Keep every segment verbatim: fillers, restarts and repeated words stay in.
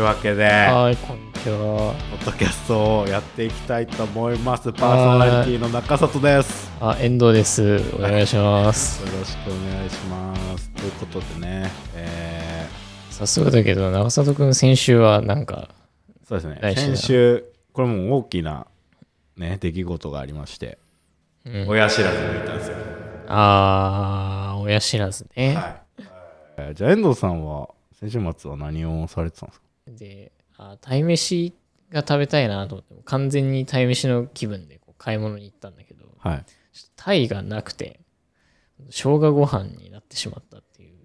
わけで、 はい、こんにちは。 ポッドキャストをやっていきたいと思います。パーソナリティの中里です。 あ、遠藤です。お願いします。 よろしくお願いします。ということでね、えー、早速だけど、中里くん先週はなんか、 そうですね、先週、これもう大きな、ね、出来事がありまして、うん、親知らず抜いたんですよ。 あー、親知らずね。はい。 えー、じゃあ遠藤さんは先週末は何をされてたんですか？ で、あ、鯛めしが食べたいなと思って、完全に鯛めしの気分でこう買い物に行ったんだけど、 はい、 鯛がなくて生姜ご飯になってしまったっていう。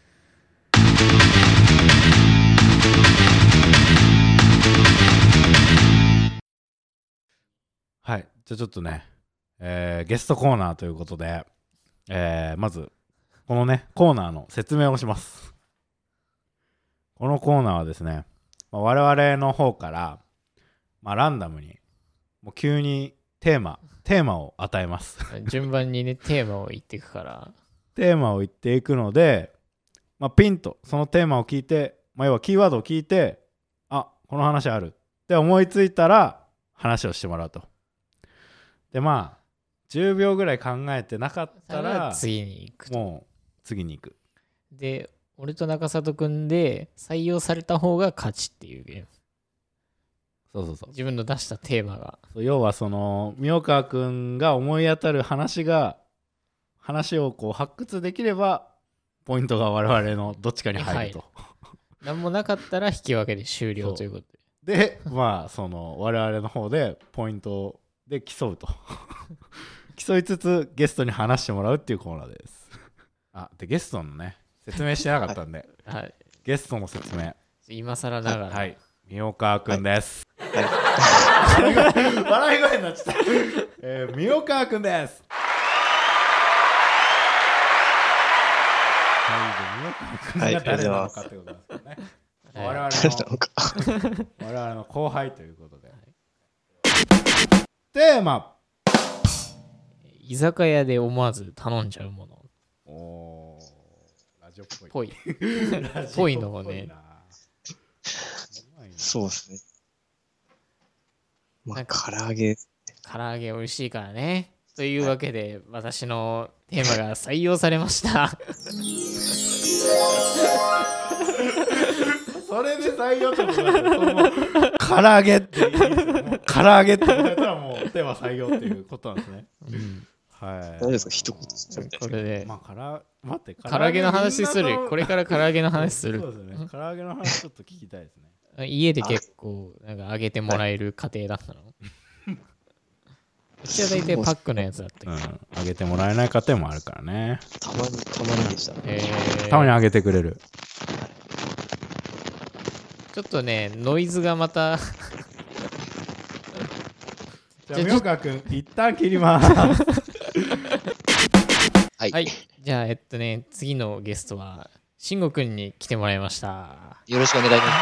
はい、じゃあちょっとね、えー、ゲストコーナーということで、えー、まずこのねコーナーの説明をします。このコーナーはですね、まあ、我々の方から、まあ、ランダムにもう急にテーマテーマを与えます。 順番にねテーマを言っていくからテーマを言っていくので、まあ、ピンとそのテーマを聞いて、まあ、要はキーワードを聞いて、あ、この話あるって思いついたら話をしてもらうと。でまあじゅうびょうぐらい考えてなかったら次に行くと。 もう次に行く。 で俺と中里くんで採用された方が勝ちっていうゲーム。 そうそうそう。 自分の出したテーマが。 要はその宮川くんが思い当たる話が話をこう発掘できればポイントが我々のどっちかに入ると。 何もなかったら引き分けで終了ということで。で、まあその我々の方でポイントで競うと。競いつつゲストに話してもらうっていうコーナーです。あ、でゲストのね。説明してなかったんで、はい、ゲストの説明今更ながら、 はい、宮川くんです、はい、笑い声になっちゃった、えー、宮川くんです。はい、で宮川くんが誰なのかってことなんですけどね、はい、我々の我々の後輩ということで、はい、テーマ居酒屋で思わず頼んじゃうもの。 おーぽいぽいのをね。 そうですね。まあ唐揚げ唐揚げ美味しいからね。というわけで、はい、私のテーマが採用されました。 それで採用ってことなんですよ。唐揚げっていいですよ。唐揚げって答えたらもうテーマ採用っていうことなんですね。うん、はい。 大丈夫ですか一言これで。 まあから待って唐揚げの話する。これから唐揚げの話する。 そうですね。唐揚げの話ちょっと聞きたいですね。 家で結構なんか揚げてもらえる家庭だったの。うちは大体パックのやつだったけど、うん、 揚げてもらえない家庭もあるからね。 たまにたまにでしたね。 えー、 たまに揚げてくれる。 ちょっとねノイズがまた。 じゃあ宮川くん一旦切ります。 はい、はい、じゃあえっとね次のゲストは慎吾くんに来てもらいました。 よろしくお願いします。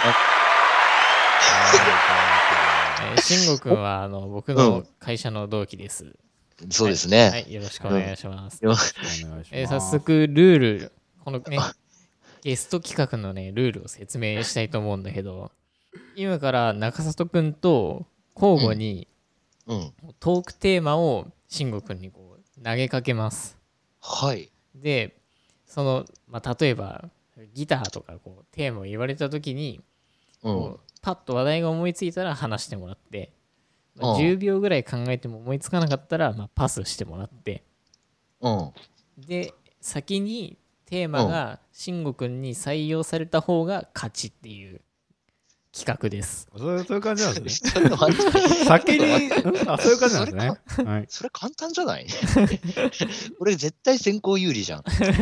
慎吾くんはあの僕の会社の同期です。 うん、そうですね、 はい。はい、よろしくお願いします。 うん、 えー、早速ルールこのねゲスト企画のねルールを説明したいと思うんだけど、今から中里くんと交互に、うんうん、トークテーマを慎吾くんにこう投げかけます。 はい。 で、その、まあ、例えばギターとかこうテーマを言われたときに、うん、こうパッと話題が思いついたら話してもらって、まあ、じゅうびょうぐらい考えても思いつかなかったら、まあ、パスしてもらって、 うん、 で先にテーマが慎吾くんに採用された方が勝ちっていう企画です。 そういう感じなんですね。先に、あ、そういう感じなんですね。 それ、はい、それ簡単じゃない俺絶対先行有利じゃん。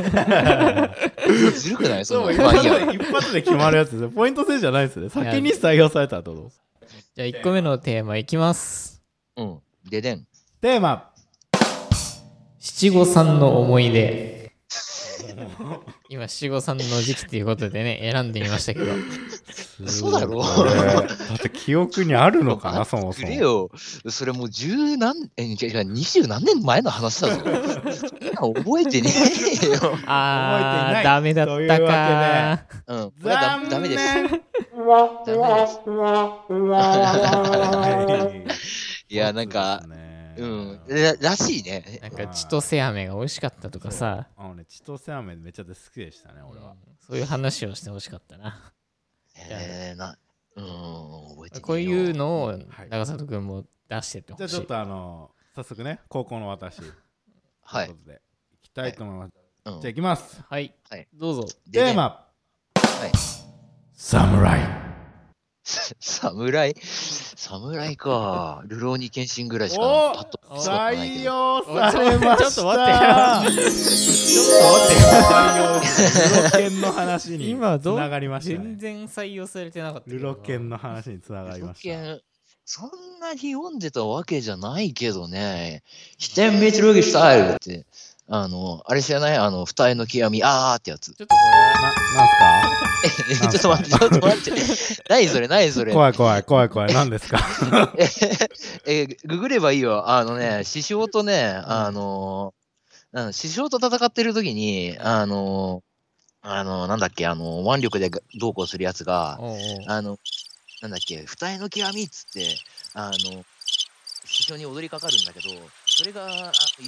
ずるくないその一発で、一発で決まるやつですね。ポイント制じゃないですね。先に採用されたらどうぞ。 じゃあいっこめのテーマいきます。 うん。ででん。 テーマ。 七五三の思い出。今七五三の時期ということでね選んでみましたけど。 そうだろう。 だって記憶にあるのかなそもそも。 くれよ。それもう十何え違う二十何年前の話だぞ。覚えてねえよ。 ああダメだったか。 うん。これはダメです。 いや、なんか、うん、ら, らしいね。 なんか千歳飴が美味しかったとかさ。 あのね、千歳飴めっちゃ好きでしたね、俺は。 うん、そういう話をしてほしかったな。 えー、な、うん、覚えてこういうのを長里くんも出してってほしい。 じゃあちょっとあの、早速ね、高校の私。 はい。 ということで、いきたいと思います。 はい、 じゃあいきます。 はい。はい、どうぞ。 テーマ。 はい。 侍。 侍侍か。流浪に剣心ぐらいしかパッと採用されました。 ちょっと待ってよ。ちょっと待ってよ。 ルロケンの話につながりましたね。 全然採用されてなかった。 ルロケンの話につながりました。 そんなに読んでたわけじゃないけどね。飛天三剣スタイルって。あの、あれ知らないあの、二重の極み、あーってやつ。 ちょっとこれは、 な、なんすかちょっと待って、ちょっと待って。何それ、何それ。 怖い怖い怖い怖い、何ですかえ、ググればいいよ。あのね、師匠とね、あの、うん、師匠と戦ってる時に、あの、あの、なんだっけ、あの、腕力でどうこうするやつが、 おうおうあの、なんだっけ、二重の極みっつって、あの、師匠に踊りかかるんだけど、それが、あのいろんな、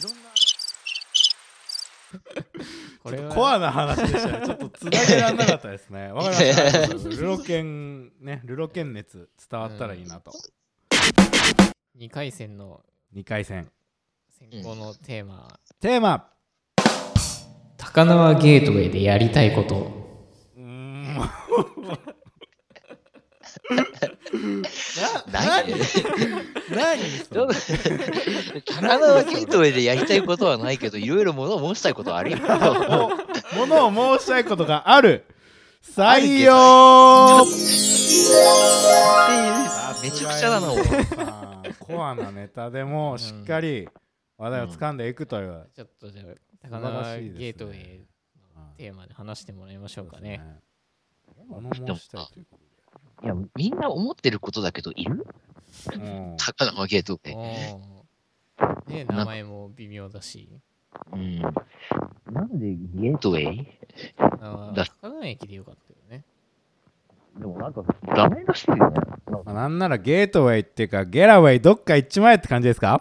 これはコアな話でしたね。ちょっとつなげられなかったですね。わかりました。ルロケンね、ルロケン熱伝わったらいいなと。 うん、にかい戦のにかい戦先行のテーマ、うん、 テーマ高輪ゲートウェイでやりたいこと。 うーん何何高輪ゲートウェイでやりたいことはないけど、いろいろ物を申したいことはあるよ。 物を申したいことがある。採用めちゃくちゃだな、俺。 コアなネタでもしっかり話題を掴んでいくという、うん、 ちょっとじゃあ高輪ゲートウェイのテーマで話してもらいましょうかね。 物申したいということで。 いや、みんな思ってることだけど、いる、うん、高輪ゲートウェイ。 ね、名前も微妙だし。 うん。なんでゲートウェイあ高輪駅でよかったよね。 でもなんか、ダメらしいよね。 まあ、なんならゲートウェイっていうか、ゲラウェイどっか行っちまえって感じですか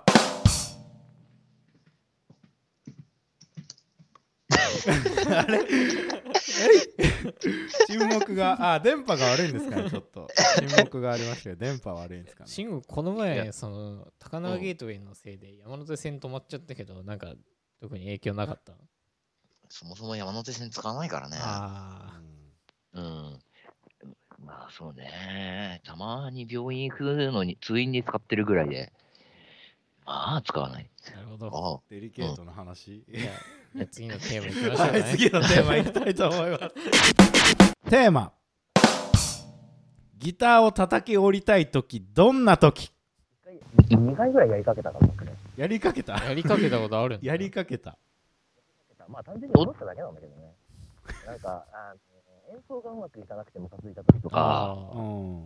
あれ沈黙が、あ、電波が悪いんですかね、ちょっと。沈黙がありましたけど、電波悪いんですかね。 慎吾、この前、その、高輪ゲートウェイのせいで山手線止まっちゃったけど、なんか、特に影響なかった？ そもそも山手線使わないからね。 ああ。うん。まあ、そうね。たまに病院行くのに、通院に使ってるぐらいで。まあ、使わない。 なるほど。 デリケートな話。 うん、じゃあ次のテーマいきましょうかね。 はい、次のテーマいきたいと思います。テーマ。ギターを叩き降りたいとき、どんなとき？ にかいぐらいやりかけたかもね。 やりかけたやりかけたことあるんだ。 やりかけた。 まあ単純に踊っただけなんだけどね。なんか、あ演奏がうまくいかなくてムカついたときとか。 うん、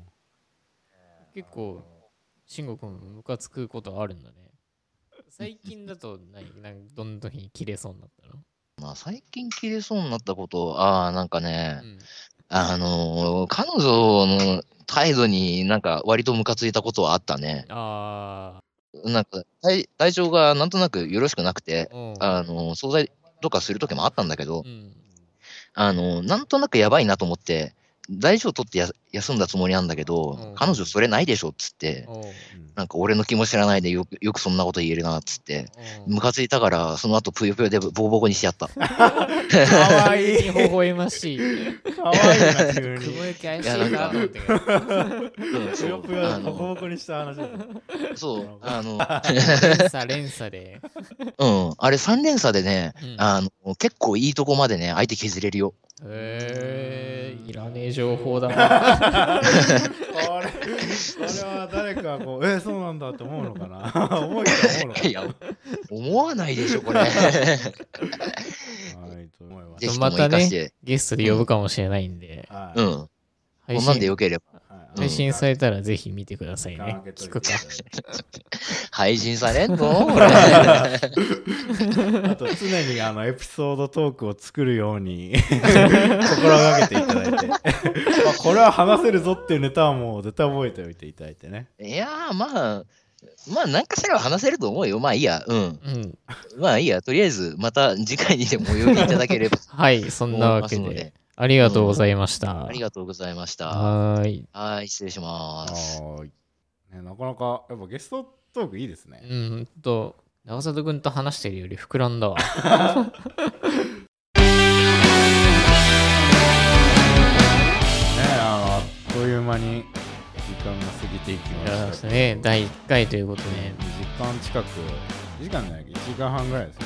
結構、慎吾くんムカつくことあるんだね。最近だと何、なんどんどん切れそうになったの？ まあ最近切れそうになったこと、ああ、なんかね、うん、あのー、彼女の態度になんか割とムカついたことはあったね。 ああ。なんか体、体調がなんとなくよろしくなくて、あのー、惣菜とかするときもあったんだけど、うん、あのー、なんとなくやばいなと思って、大事を取ってや休んだつもりなんだけど、彼女それないでしょっつって、なんか俺の気も知らないでよくよくそんなこと言えるなっつって、ムカついたから、その後ぷよぷよでボコボコにしてやった。かわいい。微笑ましい。かわいいな、急に。雲行き怪しいなと思ってけど。 ぷよぷよでボコボコにした話。 そう、あの、 連鎖連鎖で。 うん、あれさん連鎖でね、あの、結構いいとこまでね、相手削れるよ。 へえー、いらねえ情報だな。 これ、これは誰かこう、えー、そうなんだって思うのかな。思う人は思うのかな。 いや、思わないでしょ、これ。はい、 と思います。またね、ゲストで呼ぶかもしれないんで。 うん。こんなんでよければ。 はい、 配信されたらぜひ見てくださいね。聞くか。 配信されんの俺あと常にあのエピソードトークを作るように心がけていただいてまあこれは話せるぞっていうネタはもう絶対覚えておいていただいてね。 いやーまあまあ何かしらは話せると思うよ。まあいいや。うん。うん、まあいいや。とりあえずまた次回にでもお呼びいただければはいそんなわけでありがとうございました。 うん、ありがとうございました。 はい。 はい失礼します。 はい、ね、なかなかやっぱゲストトークいいですね。 うんと長里くんと話してるより膨らんだわ。ねあのあっという間に時間が過ぎていきました。 ね、だいいっかいということで、ね、 にじかん近く、にじかんじゃないけどいちじかんはんぐらいですね。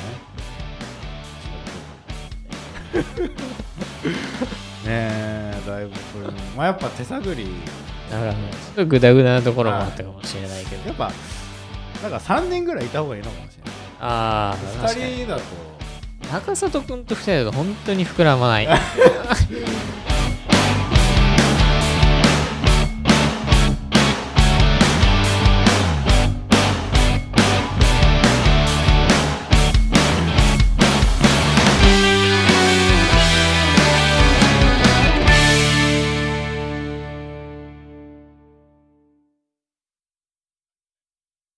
ねえ、だいぶこれも、まあやっぱ手探り。 だからね、ちょっとグダグダなところもあったかもしれないけど。 やっぱ、なんかさんにんぐらいいた方がいいのかもしれない。 ああ、 ふたりだと。 中里くんとふたりだと本当に膨らまない。